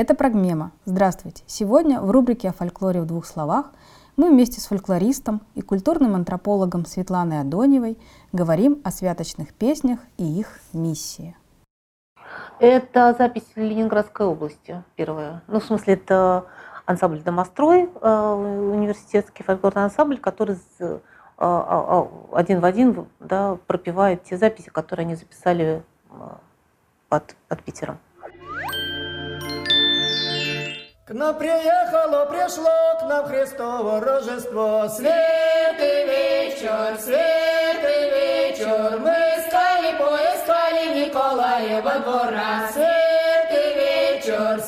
Это Прогмема. Здравствуйте! Сегодня в рубрике о фольклоре в двух словах мы вместе с фольклористом и культурным антропологом Светланой Адоневой говорим о святочных песнях и их миссии. Это запись Ленинградской области первая. В смысле, это ансамбль «Домострой», университетский фольклорный ансамбль, который один в один пропевает те записи, которые они записали под Питером. К нам пришло к нам Христово Рождество. Светлый вечер, мы поискали Николаева двора. Светлый вечер,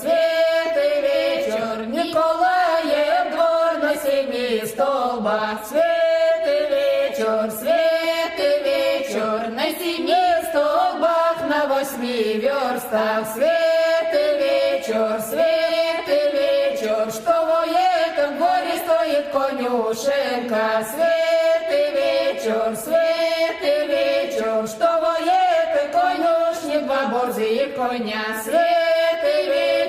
Николаев двор на 7 столбах. Светлый вечер, на 7 столбах, на 8 верстах. Светлый вечер, что в этом горе стоит конюшенка. Светлый вечер, что в этой конюшне 2 борзые коня. Светлый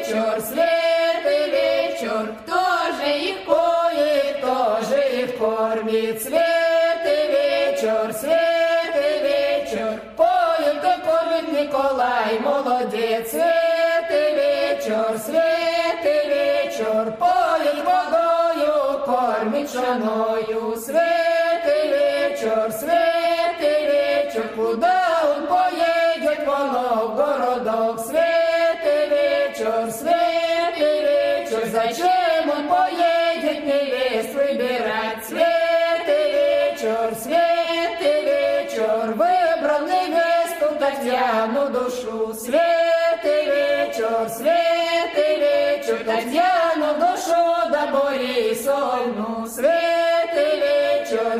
вечер, кто же их поет, кто же их кормит. Светлый вечер, поет и кормит Николай, молодец. Светлый вечер, поет водою, кормит пшеною. Светлый вечер, куда он поедет, в Новгородок. Светлый вечер, зачем он поедет невест выбирать. Светлый вечер, выбрал невесту Татьяну душу. Светлый вечер, Татьяну душу да Борисовну. Светлый вечер.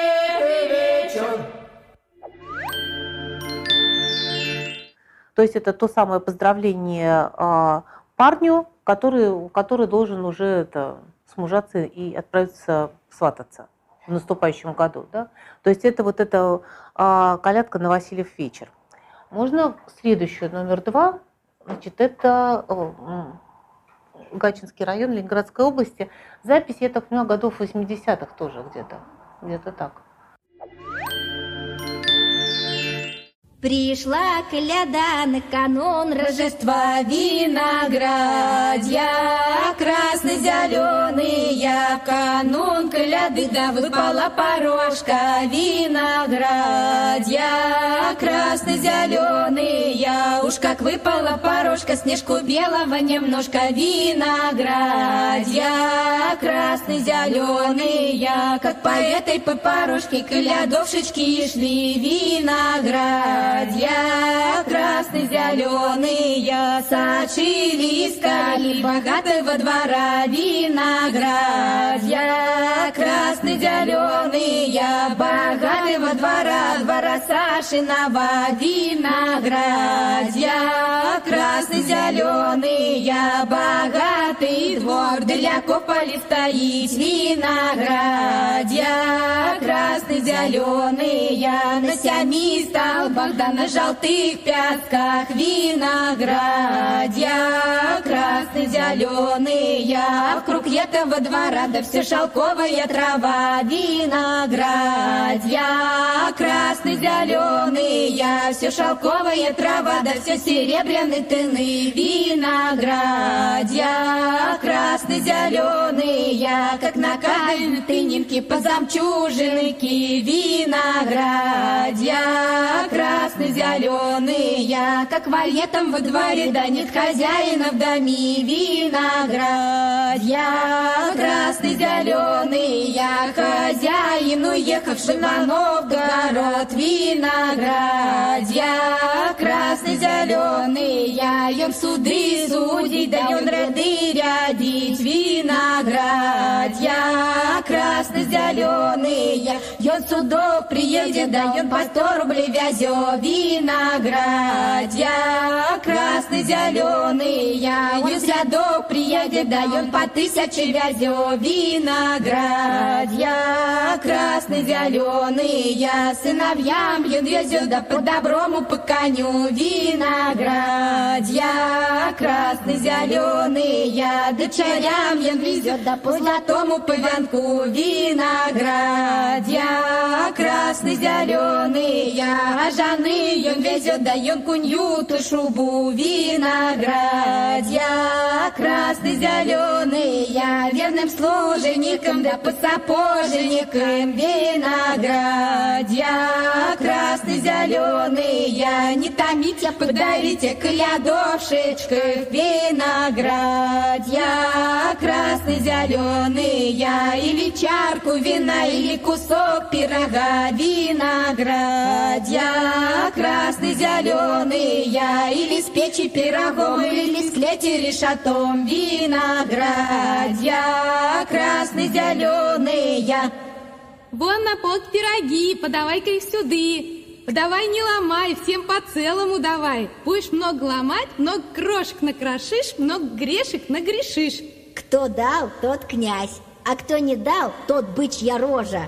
То есть это то самое поздравление парню, который должен уже смужаться и отправиться свататься в наступающем году. Да? То есть это колядка на Васильев вечер. Можно следующую, номер 2. Значит, это Гатчинский район Ленинградской области. Запись, я так понимаю, годов 80-х тоже где-то так. Пришла коляда на канун Рождества, виноградья красно-зеленые, в канун коляды да выпала порожка. Виноградья красно-зеленые, уж как выпала порожка, снежку белого немножко. Виноградья красно-зеленые, как по этой по порожке колядовшечки шли. Виноградья красно-зеленые, сочили, искали богатого двора. Виноградья красно-зеленые, богатого двора Сашиного. Виноградья красно-зеленые, богатый двор для кополи стоит. Виноградья красно-зеленые, на 7 столбах да на желтых пятках. Виноградья красно-зеленые, вокруг этого двора да все шелковая трава. Виноградья красно-зеленые, все шелковая трава да все серебряные тыны. Виноградья красно-зеленые, как на камень тынинки по замчужинки. Виноградья красно-зеленые, как вальетом во дворе да нет хозяина в доме. Виноградья красно-зеленые, хозяин уехавший на Новгород. Виноградья красно-зеленые, он суды судить, да он роды рядить. Виноградья красно-зеленые, он судов приедет, да он по 100 рублей вязё. Виноградья красно-зеленые, он сядок приедет, да он по 1000 вязё. Виноградья красно-зеленые, сыновьям он везет, да по доброму по коню. виноградья, красный, зеленый, я дочерям ен везет, да по золотому пывянку виноградья, красный, зеленый, я жаны ен везет, да ен кунью-то шубу виноградья, красный, зеленый, я верным служеником, да по сапожникам виноградья, красный, зеленый, я не томите, подарите колядовшечкой виноградья, красный, зеленый, я или чарку вина, или кусок пирога виноградья, красный, зеленый, я или с печи пирогом, или с клети решетом виноградья, красный, зеленый, я. Вон на полке пироги, подавай-ка их сюды. Подавай, не ломай, всем по целому давай. Будешь много ломать, много крошек накрошишь, много грешек нагрешишь. Кто дал, тот князь, а кто не дал, тот бычья рожа.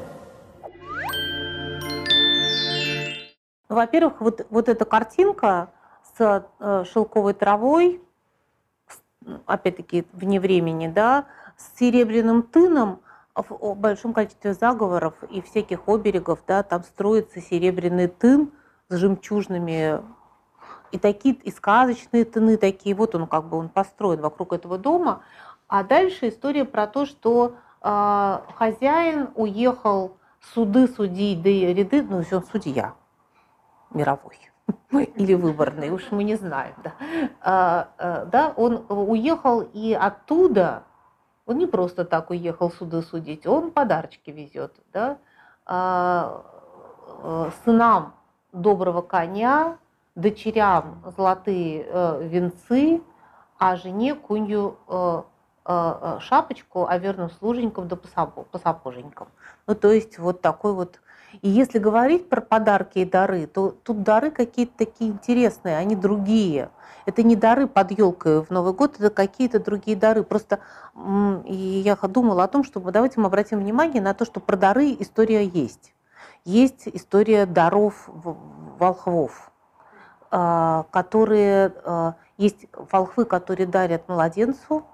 Ну, во-первых, вот эта картинка с шелковой травой, опять-таки вне времени, да, с серебряным тыном, в большом количестве заговоров и всяких оберегов, да, там строится серебряный тын с жемчужными, и такие, и сказочные тыны такие, вот он как бы он построен вокруг этого дома. А дальше история про то, что хозяин уехал суды судить, да и ряды, ну, он судья мировой или выборный, уж мы не знаем, да. Да, он уехал, и оттуда он не просто так уехал суды судить, он подарочки везет, да, сынам доброго коня, дочерям золотые венцы, а жене кунью шапочку, а верным служенькам да по сапоженькам. Ну, то есть вот такой вот. И если говорить про подарки и дары, то тут дары какие-то такие интересные, они другие. Это не дары под елкой в Новый год, это какие-то другие дары. Просто и я думала о том, что давайте мы обратим внимание на то, что про дары история есть. Есть история даров волхвов, которые есть волхвы, которые дарят младенцу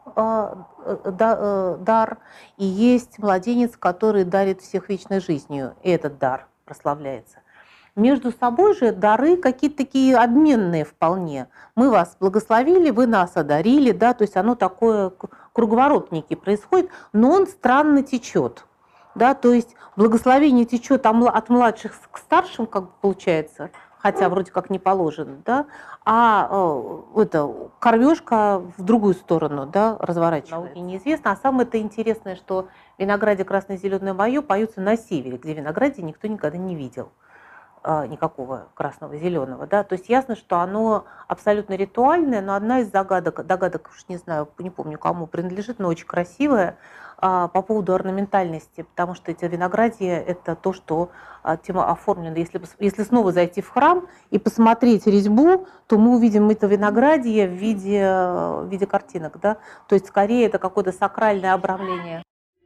дар, и есть младенец, который дарит всех вечной жизнью, и этот дар прославляется. Между собой же дары какие-то такие обменные вполне. Мы вас благословили, вы нас одарили, да, то есть оно такое, круговорот некий происходит, но он странно течет. Да, то есть благословение течет от младших к старшим, как получается, хотя вроде как не положено, да, а кормежка в другую сторону, да, разворачивается. Науке неизвестно, а самое это интересное, что винограде красное, зеленое мое поются на севере, где винограде никто никогда не видел никакого красного, зеленого, да, то есть ясно, что оно абсолютно ритуальное, но одна из догадок уж не знаю, не помню, кому принадлежит, но очень красивая, по поводу орнаментальности, потому что эти виноградья – это то, что тема оформлена. Если снова зайти в храм и посмотреть резьбу, то мы увидим это виноградье в виде картинок, да, то есть скорее это какое-то сакральное обрамление.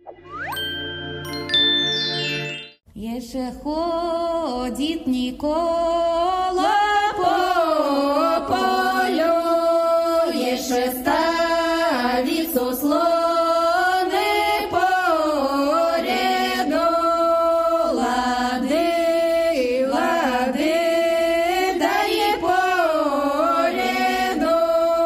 Еше ходит Никола по полю, еше ставит суслоны по ряду, лады, лады, да и по ряду.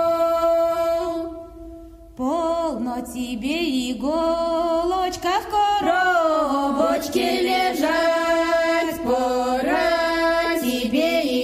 Полно тебе иголочка в коробочке лежать, пора тебе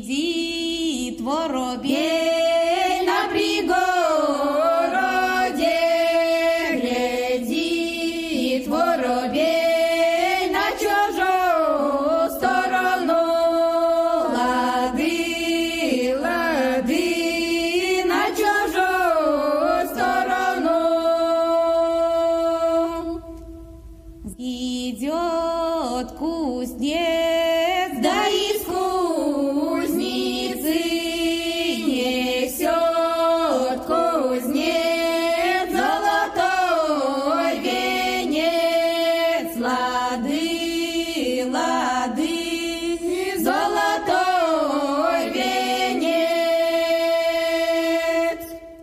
сидит воробей на пригороде, глядит воробей на чужую сторону. Лады, лады, на чужую сторону. Идет кузнец, да из кузницы несет кузнец золотой венец. Лады, лады, золотой венец.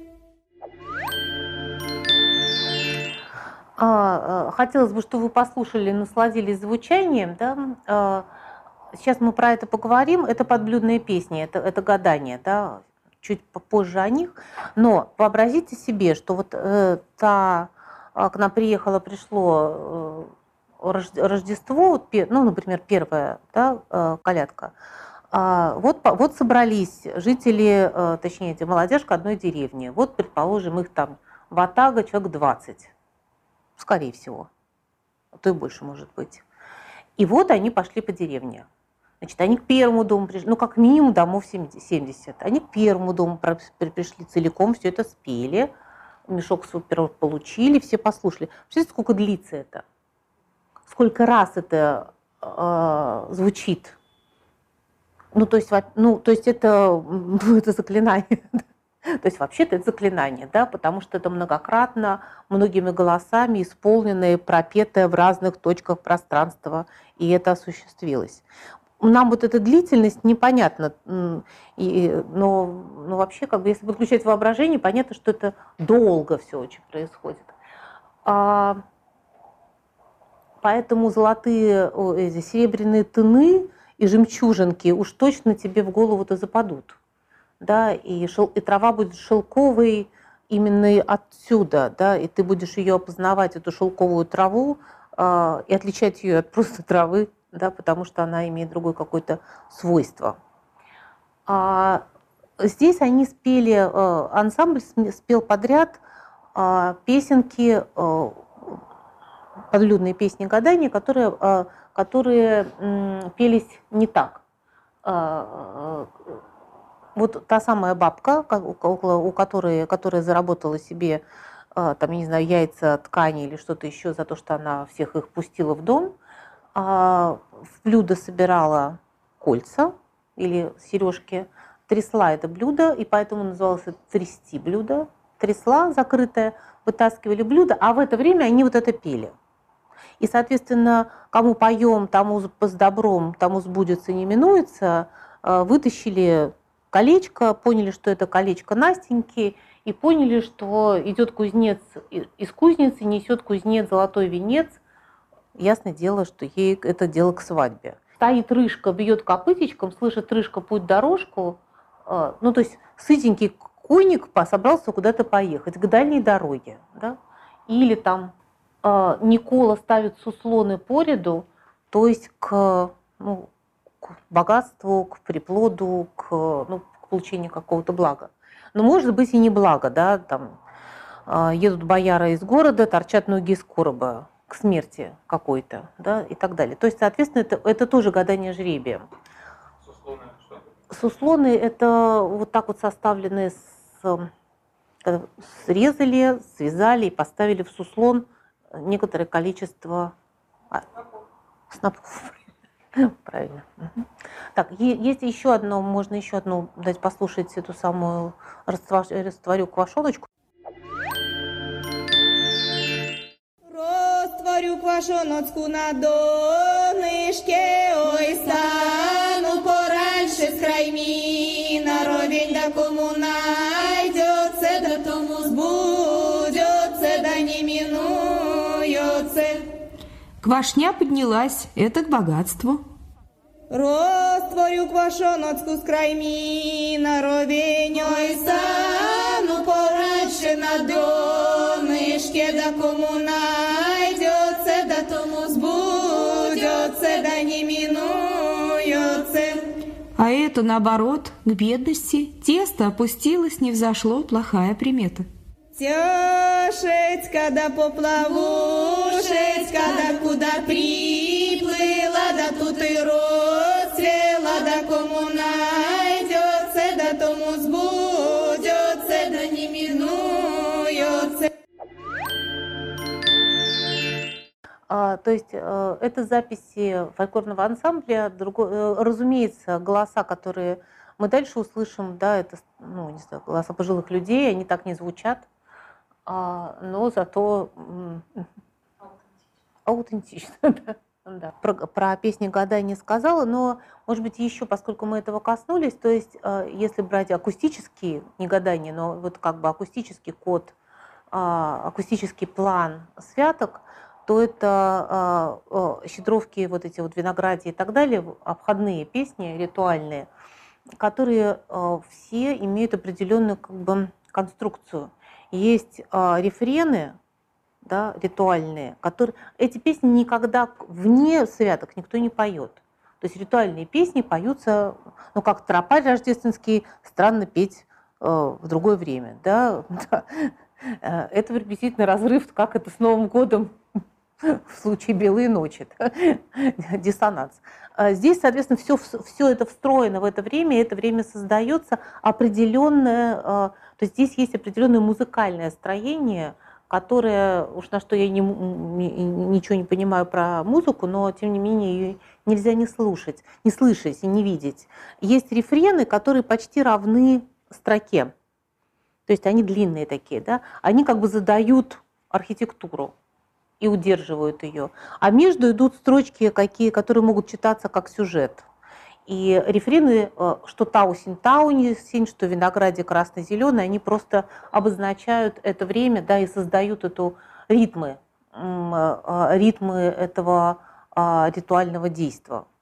Хотелось бы, чтобы вы послушали, насладились звучанием. Да? Сейчас мы про это поговорим. Это подблюдные песни, это гадания, да? Чуть позже о них. Но вообразите себе, что вот к нам пришло Рождество, ну, например, первая, да, колядка. Вот собрались жители, точнее, молодежка одной деревни. Вот, предположим, их там ватага, человек 20. Скорее всего. А то и больше может быть. И вот они пошли по деревне. Значит, они к первому дому пришли, ну, как минимум домов 70. Они к первому дому пришли целиком, все это спели, мешок свой получили, все послушали. Представляете, сколько длится это? Сколько раз это звучит? Ну, то есть это заклинание. То есть вообще-то это заклинание, да, потому что это многократно, многими голосами исполненное, пропетое в разных точках пространства, и это осуществилось. Нам вот эта длительность непонятна, но вообще, как бы, если подключать воображение, понятно, что это долго все очень происходит. Поэтому золотые, серебряные тыны и жемчужинки уж точно тебе в голову-то западут. Да, и трава будет шелковой именно отсюда, да, и ты будешь ее опознавать, эту шелковую траву, и отличать ее от просто травы, да, потому что она имеет другое какое-то свойство. Здесь они спели, ансамбль спел подряд песенки, подблюдные песни гадания, которые пелись не так. Вот та самая бабка, которая заработала себе, там, я не знаю, яйца, ткани или что-то еще за то, что она всех их пустила в дом, в блюдо собирала кольца или сережки, трясла это блюдо, и поэтому называлось это трясти блюдо. Трясла закрытое, вытаскивали блюдо, а в это время они вот это пели. И, соответственно, кому поем, тому с добром, тому сбудется, не минуется, вытащили колечко, поняли, что это колечко Настеньки, и поняли, что идет кузнец из кузницы, несет кузнец золотой венец. Ясное дело, что ей это дело к свадьбе. Стоит рыжка, бьет копытечком, слышит рыжка путь-дорожку. Ну, то есть сытенький куйник собрался куда-то поехать, к дальней дороге. Да? Или там Никола ставит суслоны по ряду, то есть к богатству, к приплоду, к получению какого-то блага. Но может быть и не благо, да, там едут бояры из города, торчат ноги из короба к смерти какой-то, да, и так далее. То есть, соответственно, это тоже гадание жребием. Суслоны что? Суслоны это вот так вот составленные, срезали, связали и поставили в суслон некоторое количество снопов. Правильно. Так, есть еще одно, можно еще одну дать послушать эту самую растворю квашоночку. Растворю квашоночку на донышке, ой, стану пораньше с крайми, на ровень до кому найдется, до тому сбудется, да не минуется. Квашня поднялась, это к богатству. Растворю квашоночку с крайми, на ровень, ой, стану пораньше на донышке, да кому найдется, да тому сбудется, да не минуется. А это то наоборот, к бедности. Тесто опустилось, не взошло, плохая примета. Тёшечка да поплавушечка, да куда приплыла, да тут и расцвела, да кому найдется, да тому сбудется, да не минуется. То есть это записи фольклорного ансамбля. Разумеется, голоса, которые мы дальше услышим, да, это, ну, не знаю, голоса пожилых людей, они так не звучат, но зато аутентично. Да. Про песни года не сказала, но, может быть, еще, поскольку мы этого коснулись, то есть если брать акустические, не гадания, но вот как бы акустический код, акустический план святок, то это щедровки, вот эти вот виноградия и так далее, обходные песни, ритуальные, которые все имеют определенную как бы конструкцию. Есть рефрены, да, ритуальные, которые... Эти песни никогда вне святок никто не поет. То есть ритуальные песни поются, ну как тропарь рождественский, странно петь в другое время. Да? Это приблизительно разрыв, как это с Новым годом в случае «Белые ночи», да? Диссонанс. Здесь, соответственно, все это встроено в это время создается определенное, то есть здесь есть определенное музыкальное строение, которое, уж на что я ничего не понимаю про музыку, но тем не менее ее нельзя не слышать и не видеть. Есть рефрены, которые почти равны строке, то есть они длинные такие, да? Они как бы задают архитектуру и удерживают ее. А между идут строчки, которые могут читаться как сюжет. И рефрены, что таусень, что винограде красно-зеленый, они просто обозначают это время, да, и создают ритмы этого ритуального действия.